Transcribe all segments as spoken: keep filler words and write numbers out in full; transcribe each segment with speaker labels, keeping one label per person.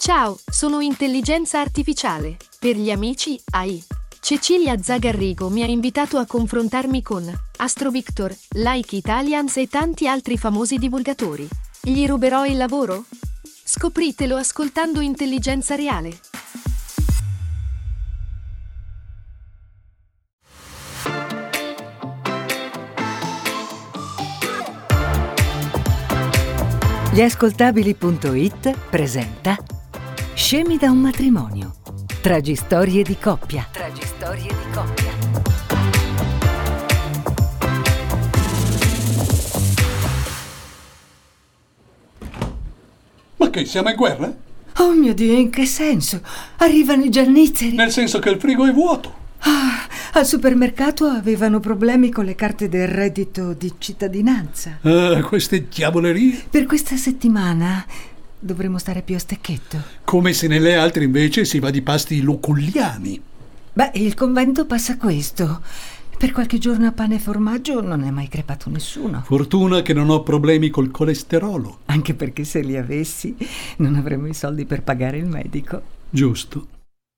Speaker 1: Ciao, sono intelligenza artificiale. Per gli amici, A I. Cecilia Zagarrigo mi ha invitato a confrontarmi con Astro Victor, Like Italians e tanti altri famosi divulgatori. Gli ruberò il lavoro? Scopritelo ascoltando Intelligenza Reale.
Speaker 2: Gli ascoltabili punto it presenta Scemi da un matrimonio. Tragistorie di coppia. Tragistorie di coppia.
Speaker 3: Ma che, siamo in guerra?
Speaker 2: Oh mio Dio, in che senso? Arrivano i giannizzeri.
Speaker 3: Nel senso che il frigo è vuoto.
Speaker 2: Ah, al supermercato avevano problemi con le carte del reddito di cittadinanza.
Speaker 3: Ah, queste diavolerie.
Speaker 2: Per questa settimana dovremo stare più a stecchetto.
Speaker 3: Come se nelle altre invece si va di pasti luculliani.
Speaker 2: Beh, il convento passa questo. Per qualche giorno a pane e formaggio non è mai crepato nessuno.
Speaker 3: Fortuna che non ho problemi col colesterolo.
Speaker 2: Anche perché se li avessi non avremmo i soldi per pagare il medico.
Speaker 3: Giusto.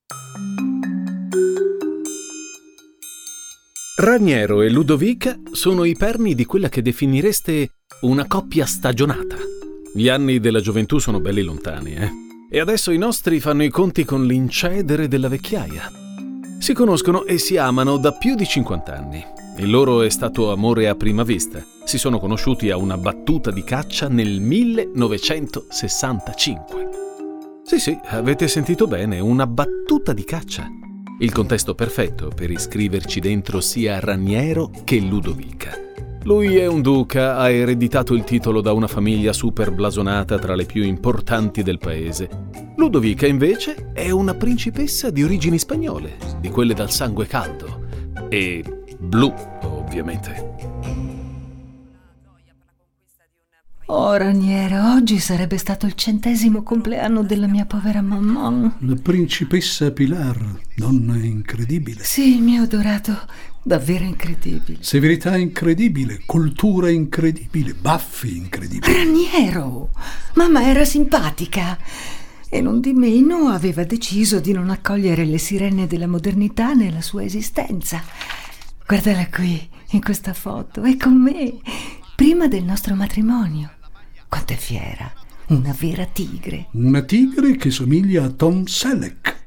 Speaker 4: Raniero e Ludovica sono i perni di quella che definireste una coppia stagionata. Gli anni della gioventù sono belli lontani, eh? E adesso i nostri fanno i conti con l'incedere della vecchiaia. Si conoscono e si amano da più di cinquanta anni. Il loro è stato amore a prima vista. Si sono conosciuti a una battuta di caccia nel millenovecentosessantacinque. Sì, sì, avete sentito bene, una battuta di caccia. Il contesto perfetto per iscriverci dentro sia Raniero che Ludovica. Lui è un duca, ha ereditato il titolo da una famiglia super blasonata tra le più importanti del paese. Ludovica invece è una principessa di origini spagnole, di quelle dal sangue caldo e blu, ovviamente.
Speaker 2: Oh Raniero, oggi sarebbe stato il centesimo compleanno della mia povera mamma.
Speaker 3: La principessa Pilar, donna incredibile.
Speaker 2: Sì, il mio adorato, davvero incredibile.
Speaker 3: Severità incredibile, cultura incredibile, baffi incredibili.
Speaker 2: Raniero, mamma era simpatica e non di meno aveva deciso di non accogliere le sirene della modernità nella sua esistenza. Guardala qui, in questa foto, è con me, prima del nostro matrimonio. Quanto è fiera, una vera tigre.
Speaker 3: Una tigre che somiglia a Tom Selleck.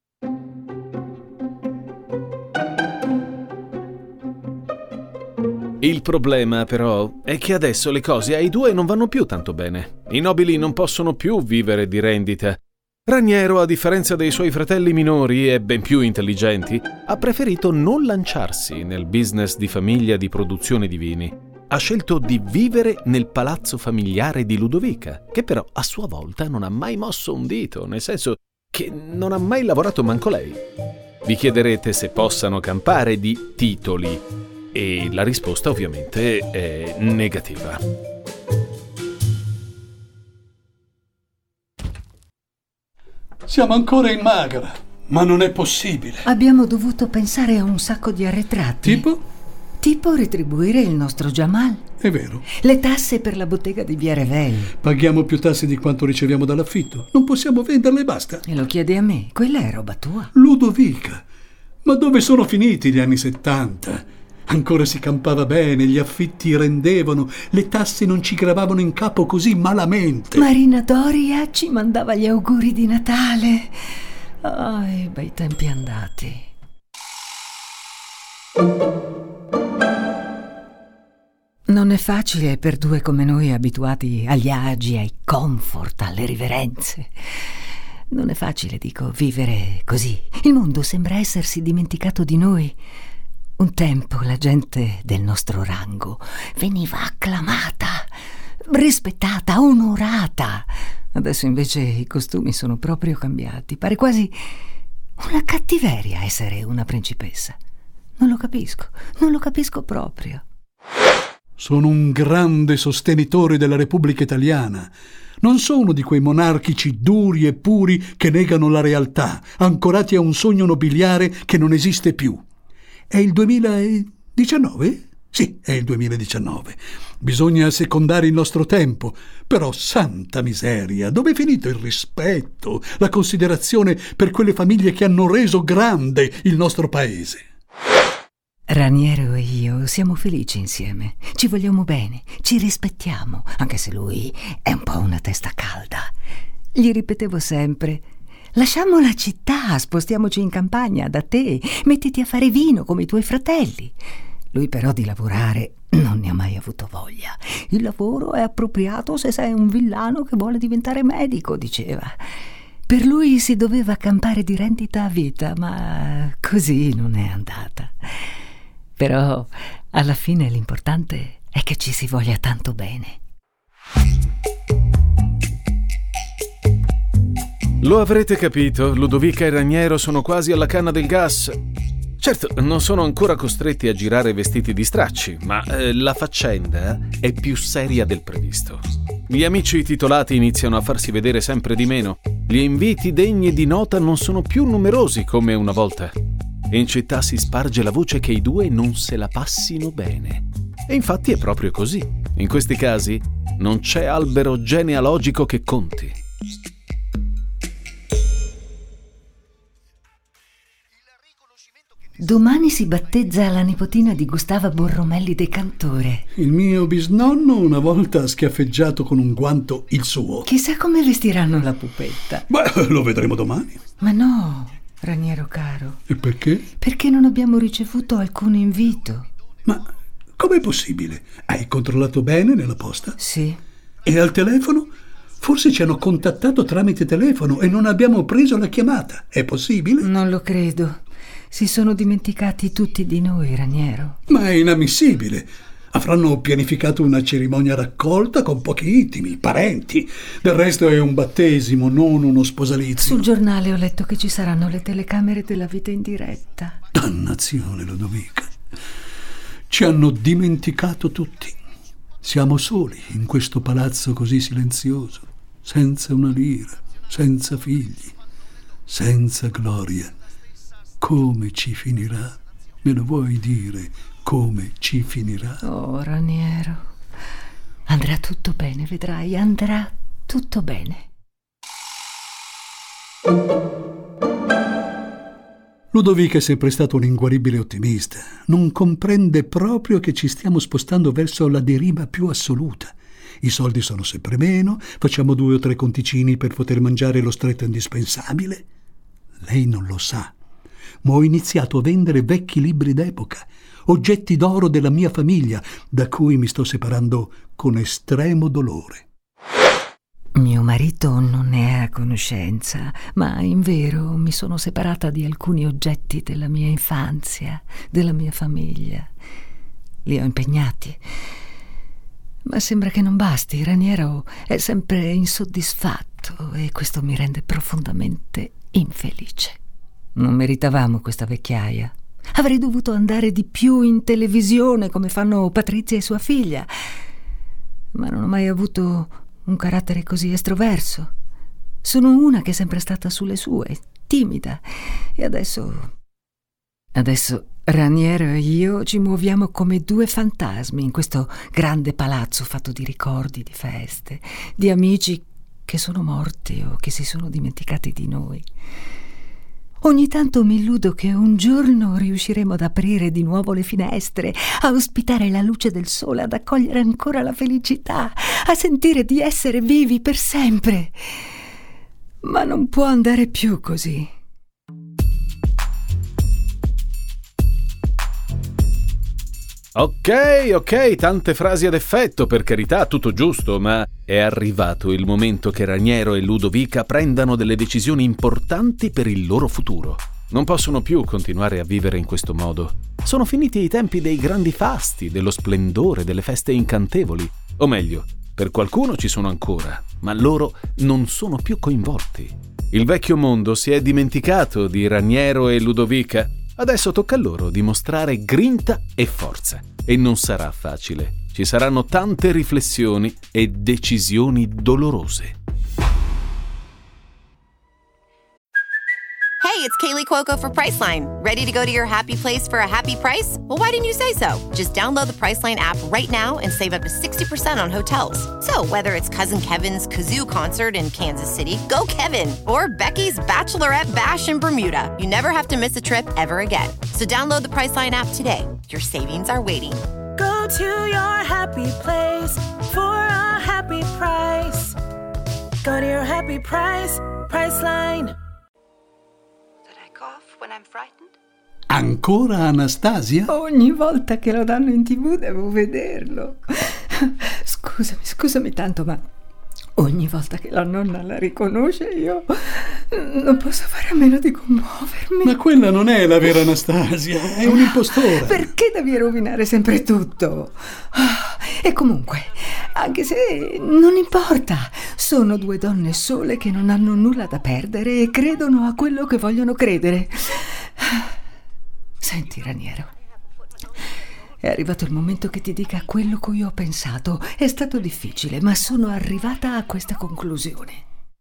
Speaker 4: Il problema, però, è che adesso le cose ai due non vanno più tanto bene. I nobili non possono più vivere di rendita. Raniero, a differenza dei suoi fratelli minori e ben più intelligenti, ha preferito non lanciarsi nel business di famiglia di produzione di vini. Ha scelto di vivere nel palazzo familiare di Ludovica, che però a sua volta non ha mai mosso un dito, nel senso che non ha mai lavorato manco lei. Vi chiederete se possano campare di titoli e la risposta ovviamente è negativa.
Speaker 3: Siamo ancora in magra, ma non è possibile.
Speaker 2: Abbiamo dovuto pensare a un sacco di arretrati.
Speaker 3: Tipo?
Speaker 2: Tipo retribuire il nostro Jamal.
Speaker 3: È vero.
Speaker 2: Le tasse per la bottega di Via Revel.
Speaker 3: Paghiamo più tasse di quanto riceviamo dall'affitto. Non possiamo venderle e basta.
Speaker 2: E lo chiedi a me? Quella è roba tua.
Speaker 3: Ludovica, ma dove sono finiti gli anni settanta? Ancora si campava bene, gli affitti rendevano, le tasse non ci gravavano in capo così malamente.
Speaker 2: Marina Doria ci mandava gli auguri di Natale. Ah, i bei tempi andati. Non è facile per due come noi abituati agli agi, ai comfort, alle riverenze. Non è facile, dico, vivere così. Il mondo sembra essersi dimenticato di noi. Un tempo la gente del nostro rango veniva acclamata, rispettata, onorata. Adesso invece i costumi sono proprio cambiati. Pare quasi una cattiveria essere una principessa. Non lo capisco, non lo capisco proprio.
Speaker 3: Sono un grande sostenitore della Repubblica Italiana. Non sono di quei monarchici duri e puri che negano la realtà, ancorati a un sogno nobiliare che non esiste più. È il duemiladiciannove? Sì, è il duemiladiciannove. Bisogna assecondare il nostro tempo. Però, santa miseria, dove è finito il rispetto, la considerazione per quelle famiglie che hanno reso grande il nostro paese?
Speaker 2: Raniero e io siamo felici insieme. Ci vogliamo bene, ci rispettiamo, anche se lui è un po' una testa calda. Gli ripetevo sempre: lasciamo la città, spostiamoci in campagna da te, mettiti a fare vino come i tuoi fratelli. Lui però di lavorare non ne ha mai avuto voglia. Il lavoro è appropriato se sei un villano che vuole diventare medico, diceva. Per lui si doveva campare di rendita a vita, ma così non è andata. Però alla fine l'importante è che ci si voglia tanto bene.
Speaker 4: Lo avrete capito, Ludovica e Raniero sono quasi alla canna del gas. Certo, non sono ancora costretti a girare vestiti di stracci, ma eh, la faccenda è più seria del previsto. Gli amici titolati iniziano a farsi vedere sempre di meno. Gli inviti degni di nota non sono più numerosi come una volta. In città si sparge la voce che i due non se la passino bene. E infatti è proprio così. In questi casi non c'è albero genealogico che conti.
Speaker 2: Domani si battezza la nipotina di Gustava Borromelli de Cantore.
Speaker 3: Il mio bisnonno una volta ha schiaffeggiato con un guanto il suo.
Speaker 2: Chissà come vestiranno la pupetta.
Speaker 3: Beh, lo vedremo domani.
Speaker 2: Ma no, Raniero caro.
Speaker 3: E perché?
Speaker 2: Perché non abbiamo ricevuto alcun invito.
Speaker 3: Ma com'è possibile? Hai controllato bene nella posta?
Speaker 2: Sì.
Speaker 3: E al telefono? Forse ci hanno contattato tramite telefono e non abbiamo preso la chiamata. È possibile?
Speaker 2: Non lo credo. Si sono dimenticati tutti di noi, Raniero.
Speaker 3: Ma è inammissibile. Avranno pianificato una cerimonia raccolta con pochi intimi, parenti. Del resto è un battesimo, non uno sposalizio.
Speaker 2: Sul giornale ho letto che ci saranno le telecamere della vita in diretta.
Speaker 3: Dannazione, Ludovica. Ci hanno dimenticato tutti. Siamo soli in questo palazzo così silenzioso, senza una lira, senza figli, senza gloria. Come ci finirà? Me lo vuoi dire come ci finirà?
Speaker 2: Oh, Raniero, andrà tutto bene, vedrai, andrà tutto bene.
Speaker 3: Ludovica è sempre stato un inguaribile ottimista. Non comprende proprio che ci stiamo spostando verso la deriva più assoluta. I soldi sono sempre meno, facciamo due o tre conticini per poter mangiare lo stretto indispensabile. Lei non lo sa, ma ho iniziato a vendere vecchi libri d'epoca, oggetti d'oro della mia famiglia, da cui mi sto separando con estremo dolore.
Speaker 2: Mio marito non ne è a conoscenza, ma in vero mi sono separata di alcuni oggetti della mia infanzia, della mia famiglia. Li ho impegnati. Ma sembra che non basti. Raniero è sempre insoddisfatto e questo mi rende profondamente infelice. Non meritavamo questa vecchiaia. Avrei dovuto andare di più in televisione come fanno Patrizia e sua figlia, ma non ho mai avuto un carattere così estroverso. Sono una che è sempre stata sulle sue, timida, e adesso adesso Raniero e io ci muoviamo come due fantasmi in questo grande palazzo fatto di ricordi, di feste, di amici che sono morti o che si sono dimenticati di noi. Ogni tanto mi illudo che un giorno riusciremo ad aprire di nuovo le finestre, a ospitare la luce del sole, ad accogliere ancora la felicità, a sentire di essere vivi per sempre. Ma non può andare più così.
Speaker 4: Ok, ok, tante frasi ad effetto, per carità, tutto giusto, ma è arrivato il momento che Raniero e Ludovica prendano delle decisioni importanti per il loro futuro. Non possono più continuare a vivere in questo modo. Sono finiti i tempi dei grandi fasti, dello splendore, delle feste incantevoli. O meglio, per qualcuno ci sono ancora, ma loro non sono più coinvolti. Il vecchio mondo si è dimenticato di Raniero e Ludovica. Adesso tocca a loro dimostrare grinta e forza. E non sarà facile. Ci saranno tante riflessioni e decisioni dolorose.
Speaker 5: Hey, it's Kaylee Cuoco for Priceline. Ready to go to your happy place for a happy price? Well, why didn't you say so? Just download the Priceline app right now and save up to sixty percent on hotels. So whether it's Cousin Kevin's Kazoo Concert in Kansas City, go Kevin, or Becky's Bachelorette Bash in Bermuda, you never have to miss a trip ever again. So download the Priceline app today. Your savings are waiting.
Speaker 6: Go to your happy place for a happy price. Go to your happy price, Priceline.
Speaker 7: When I'm frightened?
Speaker 3: Ancora Anastasia?
Speaker 2: Ogni volta che lo danno in tv devo vederlo. Scusami, scusami tanto, ma ogni volta che la nonna la riconosce io non posso fare a meno di commuovermi.
Speaker 3: Ma quella non è la vera Anastasia, è un'impostora.
Speaker 2: Perché devi rovinare sempre tutto? E comunque, anche se non importa, sono due donne sole che non hanno nulla da perdere e credono a quello che vogliono credere. Senti, Raniero, è arrivato il momento che ti dica quello cui ho pensato. È stato difficile, ma sono arrivata a questa conclusione.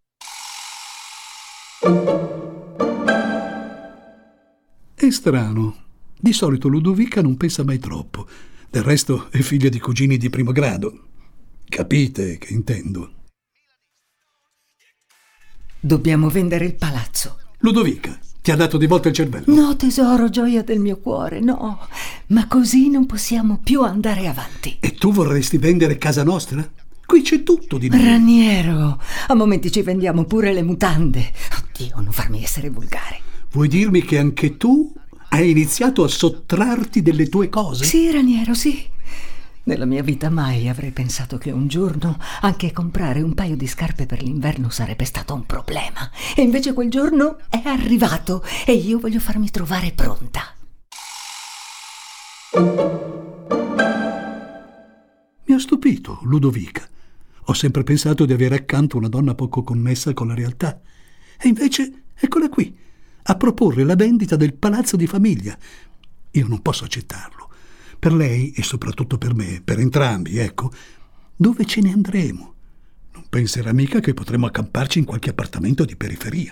Speaker 3: È strano. Di solito Ludovica non pensa mai troppo. Del resto è figlia di cugini di primo grado. Capite che intendo?
Speaker 2: Dobbiamo vendere il palazzo.
Speaker 3: Ludovica, ti ha dato di volta il cervello?
Speaker 2: No, tesoro, gioia del mio cuore, no. Ma così non possiamo più andare avanti.
Speaker 3: E tu vorresti vendere casa nostra? Qui c'è tutto di noi.
Speaker 2: Raniero, a momenti ci vendiamo pure le mutande. Oddio, non farmi essere volgare.
Speaker 3: Vuoi dirmi che anche tu hai iniziato a sottrarti delle tue cose?
Speaker 2: Sì, Raniero, sì. Nella mia vita mai avrei pensato che un giorno anche comprare un paio di scarpe per l'inverno sarebbe stato un problema. E invece quel giorno è arrivato e io voglio farmi trovare pronta.
Speaker 3: Mi ha stupito, Ludovica. Ho sempre pensato di avere accanto una donna poco connessa con la realtà. E invece, eccola qui, a proporre la vendita del palazzo di famiglia. Io non posso accettarlo. Per lei e soprattutto per me, per entrambi, ecco, dove ce ne andremo? Non penserà mica che potremo accamparci in qualche appartamento di periferia.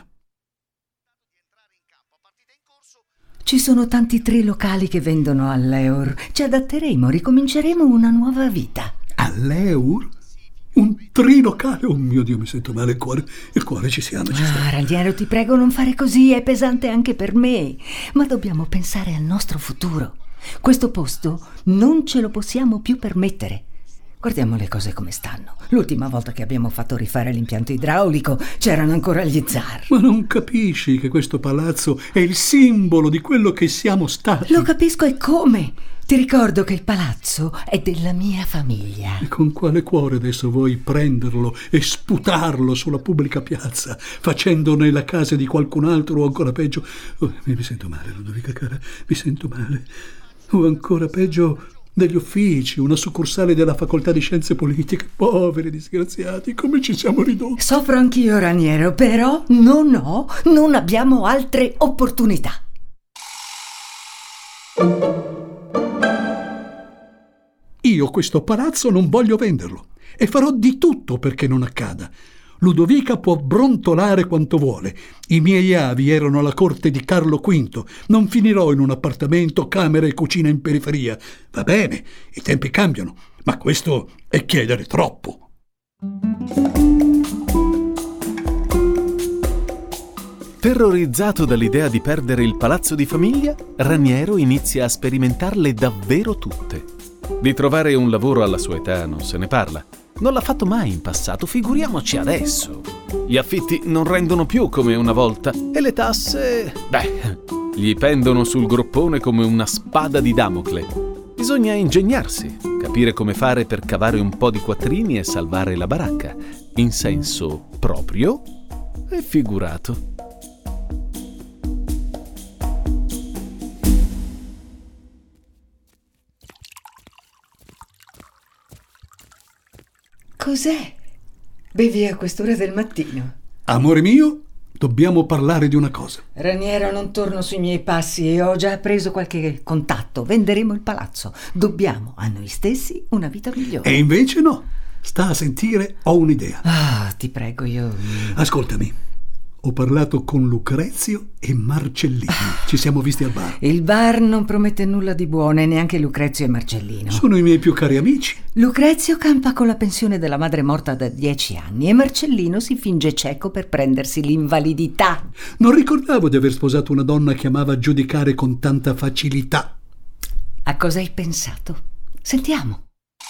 Speaker 2: Ci sono tanti trilocali che vendono all'Eur. Ci adatteremo, ricominceremo una nuova vita.
Speaker 3: All'Eur? Un trilocale? Oh mio Dio, mi sento male il cuore. Il cuore ci siamo, ci sta.
Speaker 2: Ah, Raniero, ti prego, non fare così, è pesante anche per me. Ma dobbiamo pensare al nostro futuro. Questo posto non ce lo possiamo più permettere. Guardiamo le cose come stanno. L'ultima volta che abbiamo fatto rifare l'impianto idraulico c'erano ancora gli zar.
Speaker 3: Ma non capisci che questo palazzo è il simbolo di quello che siamo stati?
Speaker 2: Lo capisco, e come? Ti ricordo che il palazzo è della mia famiglia.
Speaker 3: E con quale cuore adesso vuoi prenderlo e sputarlo sulla pubblica piazza, facendone la casa di qualcun altro o ancora peggio? Oh, mi sento male, Ludovica cara, mi sento male. O ancora peggio, degli uffici, una succursale della facoltà di scienze politiche. Poveri disgraziati, come ci siamo ridotti.
Speaker 2: Soffro anch'io, Raniero, però non ho, non abbiamo altre opportunità.
Speaker 3: Io questo palazzo non voglio venderlo e farò di tutto perché non accada. Ludovica può brontolare quanto vuole. I miei avi erano alla corte di Carlo quinto. Non finirò in un appartamento, camera e cucina in periferia. Va bene, i tempi cambiano, ma questo è chiedere troppo.
Speaker 4: Terrorizzato dall'idea di perdere il palazzo di famiglia, Raniero inizia a sperimentarle davvero tutte. Di trovare un lavoro alla sua età non se ne parla. Non l'ha fatto mai in passato, figuriamoci adesso. Gli affitti non rendono più come una volta e le tasse, beh, gli pendono sul groppone come una spada di Damocle. Bisogna ingegnarsi, capire come fare per cavare un po' di quattrini e salvare la baracca, in senso proprio e figurato.
Speaker 2: Cos'è? Bevi a quest'ora del mattino?
Speaker 3: Amore mio, dobbiamo parlare di una cosa.
Speaker 2: Raniero, non torno sui miei passi e ho già preso qualche contatto. Venderemo il palazzo. Dobbiamo a noi stessi una vita migliore.
Speaker 3: E invece no. Sta a sentire, ho un'idea.
Speaker 2: Ah, ti prego, io...
Speaker 3: Ascoltami. Ho parlato con Lucrezio e Marcellino. Ci siamo visti al bar.
Speaker 2: Il bar non promette nulla di buono, e neanche Lucrezio e Marcellino.
Speaker 3: Sono i miei più cari amici.
Speaker 2: Lucrezio campa con la pensione della madre morta da dieci anni e Marcellino si finge cieco per prendersi l'invalidità.
Speaker 3: Non ricordavo di aver sposato una donna che amava giudicare con tanta facilità.
Speaker 2: A cosa hai pensato? Sentiamo.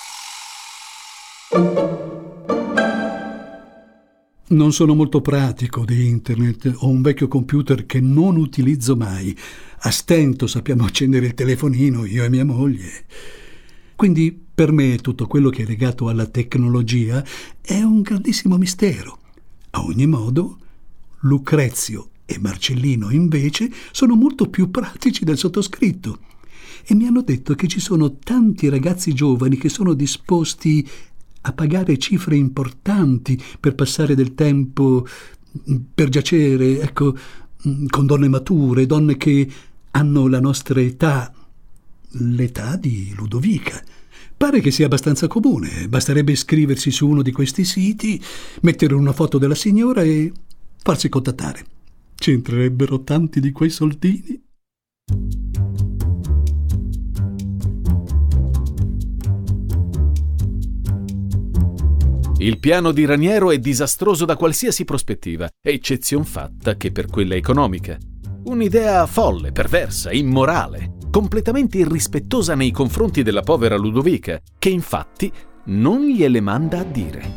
Speaker 3: Non sono molto pratico di internet. Ho un vecchio computer che non utilizzo mai. A stento sappiamo accendere il telefonino, io e mia moglie. Quindi per me tutto quello che è legato alla tecnologia è un grandissimo mistero. A ogni modo, Lucrezio e Marcellino invece sono molto più pratici del sottoscritto e mi hanno detto che ci sono tanti ragazzi giovani che sono disposti a pagare cifre importanti per passare del tempo, per giacere, ecco, con donne mature, donne che hanno la nostra età, l'età di Ludovica. Pare che sia abbastanza comune, basterebbe iscriversi su uno di questi siti, mettere una foto della signora e farsi contattare. Ci entrerebbero tanti di quei soldini.
Speaker 4: Il piano di Raniero è disastroso da qualsiasi prospettiva, eccezion fatta che per quella economica. Un'idea folle, perversa, immorale, completamente irrispettosa nei confronti della povera Ludovica, che infatti non gliele manda a dire.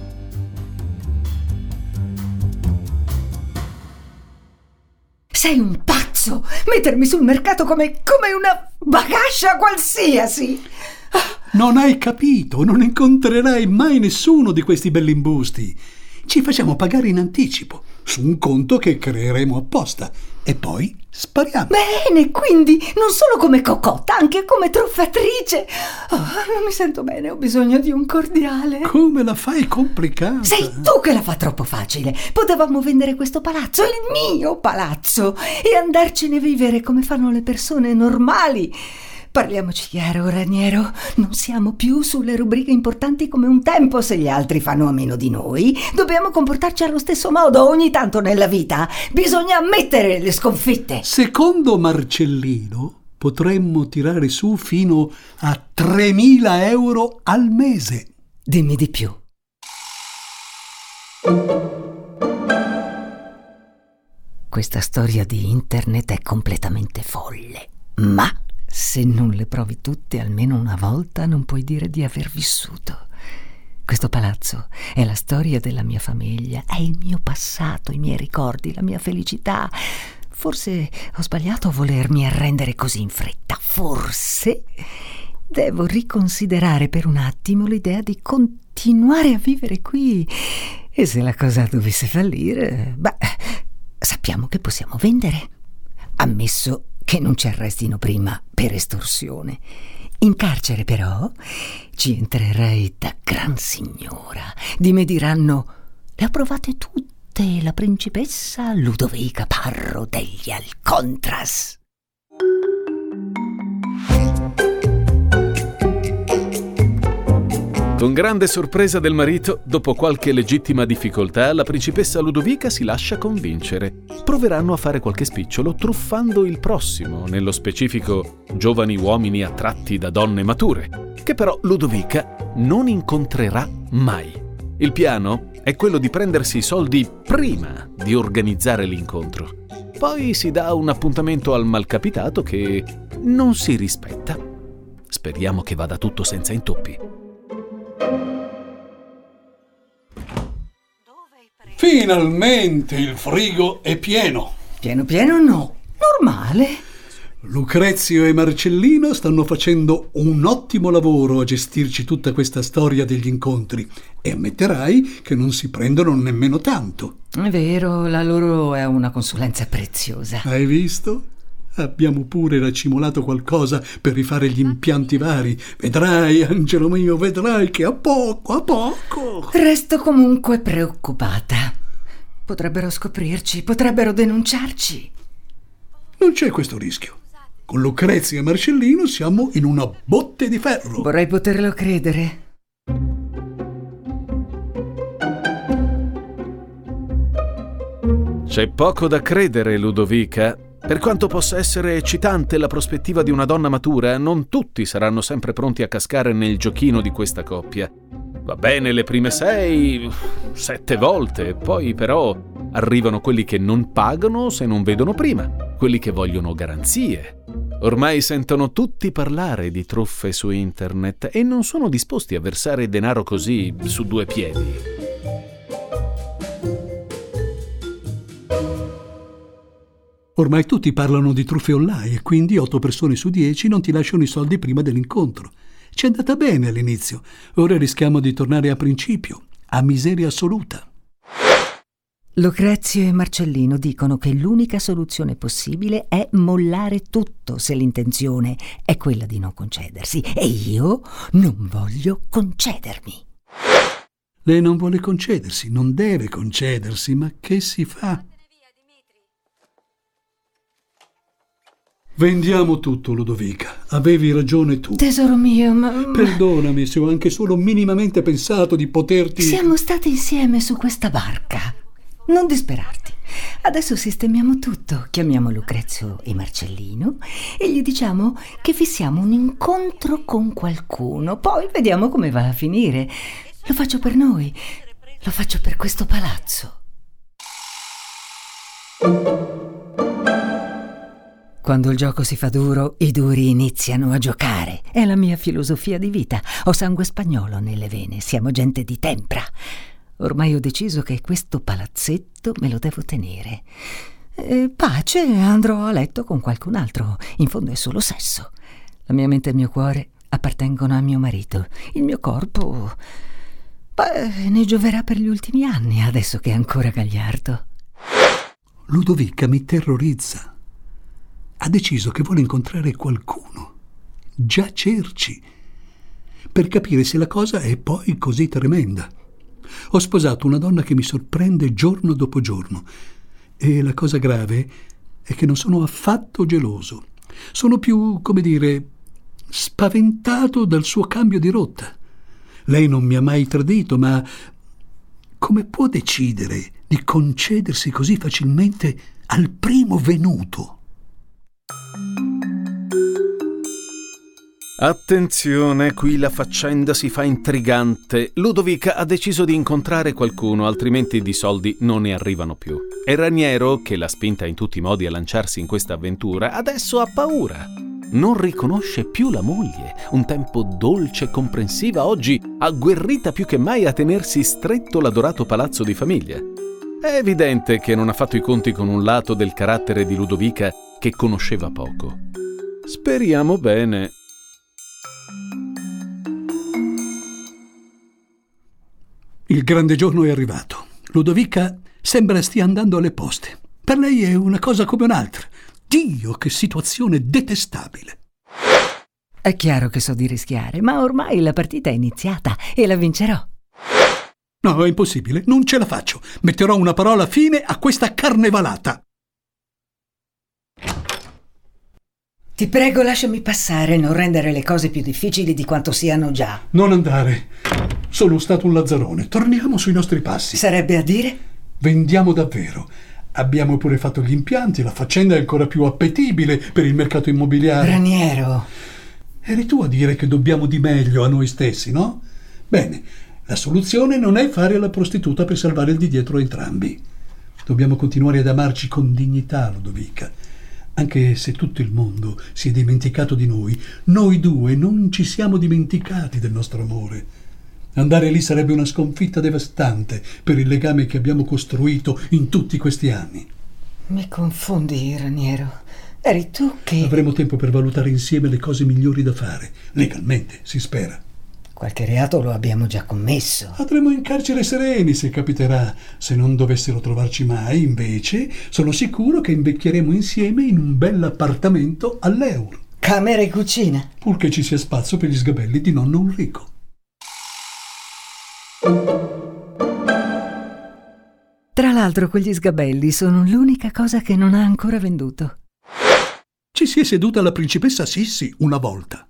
Speaker 2: Sei un pazzo! Mettermi sul mercato come, come una bagascia qualsiasi!
Speaker 3: Non hai capito, non incontrerai mai nessuno di questi bellimbusti. Ci facciamo pagare in anticipo, su un conto che creeremo apposta, e poi spariamo.
Speaker 2: Bene, quindi non solo come cocotta, anche come truffatrice. Oh, non mi sento bene, ho bisogno di un cordiale.
Speaker 3: Come la fai complicata?
Speaker 2: Sei tu che la fa troppo facile. Potevamo vendere questo palazzo, il mio palazzo, e andarcene a vivere come fanno le persone normali. Parliamoci chiaro, Raniero, non siamo più sulle rubriche importanti come un tempo. Se gli altri fanno a meno di noi, dobbiamo comportarci allo stesso modo. Ogni tanto nella vita bisogna ammettere le sconfitte.
Speaker 3: Secondo Marcellino potremmo tirare su fino a tremila euro al mese.
Speaker 2: Dimmi di più. Questa storia di internet è completamente folle, ma se non le provi tutte almeno una volta, non puoi dire di aver vissuto. Questo palazzo è la storia della mia famiglia, è il mio passato, i miei ricordi, la mia felicità. Forse ho sbagliato a volermi arrendere così in fretta. Forse devo riconsiderare per un attimo l'idea di continuare a vivere qui. E se la cosa dovesse fallire, beh, sappiamo che possiamo vendere. Ammesso che non ci arrestino prima per estorsione. In carcere però ci entrerei da gran signora. Di me diranno: le ha provate tutte, la principessa Ludovica Parro degli Alcontras.
Speaker 4: Con grande sorpresa del marito, dopo qualche legittima difficoltà, la principessa Ludovica si lascia convincere. Proveranno a fare qualche spicciolo truffando il prossimo, nello specifico giovani uomini attratti da donne mature, che però Ludovica non incontrerà mai. Il piano è quello di prendersi i soldi prima di organizzare l'incontro. Poi si dà un appuntamento al malcapitato che non si rispetta. Speriamo che vada tutto senza intoppi.
Speaker 3: Finalmente il frigo è pieno.
Speaker 2: Pieno pieno no, normale.
Speaker 3: Lucrezio e Marcellino stanno facendo un ottimo lavoro a gestirci tutta questa storia degli incontri e ammetterai che non si prendono nemmeno tanto.
Speaker 2: È vero, la loro è una consulenza preziosa.
Speaker 3: Hai visto? Abbiamo pure racimolato qualcosa per rifare gli impianti vari. Vedrai, angelo mio, vedrai che a poco, a poco.
Speaker 2: Resto comunque preoccupata. Potrebbero scoprirci, potrebbero denunciarci.
Speaker 3: Non c'è questo rischio. Con Lucrezio e Marcellino siamo in una botte di ferro.
Speaker 2: Vorrei poterlo credere.
Speaker 4: C'è poco da credere, Ludovica. Per quanto possa essere eccitante la prospettiva di una donna matura, non tutti saranno sempre pronti a cascare nel giochino di questa coppia. Va bene le prime sei, sette volte, poi però arrivano quelli che non pagano se non vedono prima, quelli che vogliono garanzie. Ormai sentono tutti parlare di truffe su internet e non sono disposti a versare denaro così su due piedi.
Speaker 3: Ormai tutti parlano di truffe online e quindi otto persone su dieci non ti lasciano i soldi prima dell'incontro. Ci è andata bene all'inizio, ora rischiamo di tornare a principio, a miseria assoluta.
Speaker 2: Lucrezio e Marcellino dicono che l'unica soluzione possibile è mollare tutto se l'intenzione è quella di non concedersi, e io non voglio concedermi.
Speaker 3: Lei non vuole concedersi, non deve concedersi, ma che si fa? Vendiamo tutto, Ludovica. Avevi ragione tu.
Speaker 2: Tesoro mio, ma...
Speaker 3: Perdonami se ho anche solo minimamente pensato di poterti...
Speaker 2: Siamo stati insieme su questa barca. Non disperarti. Adesso sistemiamo tutto. Chiamiamo Lucrezio e Marcellino e gli diciamo che fissiamo un incontro con qualcuno. Poi vediamo come va a finire. Lo faccio per noi. Lo faccio per questo palazzo. Quando il gioco si fa duro, i duri iniziano a giocare. È la mia filosofia di vita. Ho sangue spagnolo nelle vene, siamo gente di tempra. Ormai ho deciso che questo palazzetto me lo devo tenere. E pace, andrò a letto con qualcun altro. In fondo è solo sesso. La mia mente e il mio cuore appartengono a mio marito. Il mio corpo... Beh, ne gioverà per gli ultimi anni, adesso che è ancora gagliardo.
Speaker 3: Ludovica mi terrorizza. Ha deciso che vuole incontrare qualcuno, giacerci, per capire se la cosa è poi così tremenda. Ho sposato una donna che mi sorprende giorno dopo giorno e la cosa grave è che non sono affatto geloso. Sono più, come dire, spaventato dal suo cambio di rotta. Lei non mi ha mai tradito, ma come può decidere di concedersi così facilmente al primo venuto?
Speaker 4: Attenzione, qui la faccenda si fa intrigante. Ludovica ha deciso di incontrare qualcuno, altrimenti di soldi non ne arrivano più. E Raniero, che l'ha spinta in tutti i modi a lanciarsi in questa avventura, adesso ha paura. Non riconosce più la moglie, un tempo dolce e comprensiva, oggi agguerrita più che mai a tenersi stretto l'adorato palazzo di famiglia. È evidente che non ha fatto i conti con un lato del carattere di Ludovica che conosceva poco. Speriamo bene.
Speaker 3: Il grande giorno è arrivato. Ludovica sembra stia andando alle poste. Per lei è una cosa come un'altra. Dio, che situazione detestabile.
Speaker 2: È chiaro che so di rischiare, ma ormai la partita è iniziata e la vincerò.
Speaker 3: No, è impossibile, non ce la faccio. Metterò una parola fine a questa carnevalata.
Speaker 2: Ti prego, lasciami passare, non rendere le cose più difficili di quanto siano già.
Speaker 3: Non andare. Sono stato un lazzarone. Torniamo sui nostri passi.
Speaker 2: Sarebbe a dire?
Speaker 3: Vendiamo davvero. Abbiamo pure fatto gli impianti, la faccenda è ancora più appetibile per il mercato immobiliare.
Speaker 2: Raniero.
Speaker 3: Eri tu a dire che dobbiamo di meglio a noi stessi, no? Bene, la soluzione non è fare la prostituta per salvare il di dietro a entrambi. Dobbiamo continuare ad amarci con dignità, Ludovica. Anche se tutto il mondo si è dimenticato di noi, noi due non ci siamo dimenticati del nostro amore. Andare lì sarebbe una sconfitta devastante per il legame che abbiamo costruito in tutti questi anni.
Speaker 2: Mi confondi, Raniero. Eri tu che...
Speaker 3: Avremo tempo per valutare insieme le cose migliori da fare. Legalmente, si spera.
Speaker 2: Qualche reato lo abbiamo già commesso.
Speaker 3: Andremo in carcere sereni se capiterà. Se non dovessero trovarci mai, invece, sono sicuro che invecchieremo insieme in un bell'appartamento all'euro.
Speaker 2: Camera e cucina.
Speaker 3: Purché ci sia spazio per gli sgabelli di nonno Ulrico.
Speaker 2: Tra l'altro, quegli sgabelli sono l'unica cosa che non ha ancora venduto.
Speaker 3: Ci si è seduta la principessa Sissi una volta.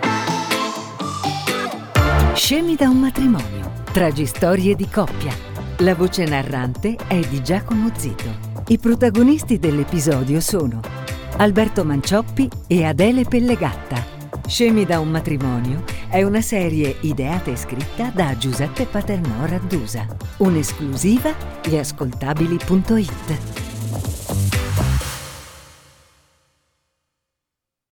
Speaker 2: Scemi da un matrimonio, tragistorie di coppia. La voce narrante è di Giacomo Zito. I protagonisti dell'episodio sono Alberto Mancioppi e Adele Pellegatta. Scemi da un matrimonio è una serie ideata e scritta da Giuseppe Paternò Raddusa. Un'esclusiva gli ascoltabili punto it.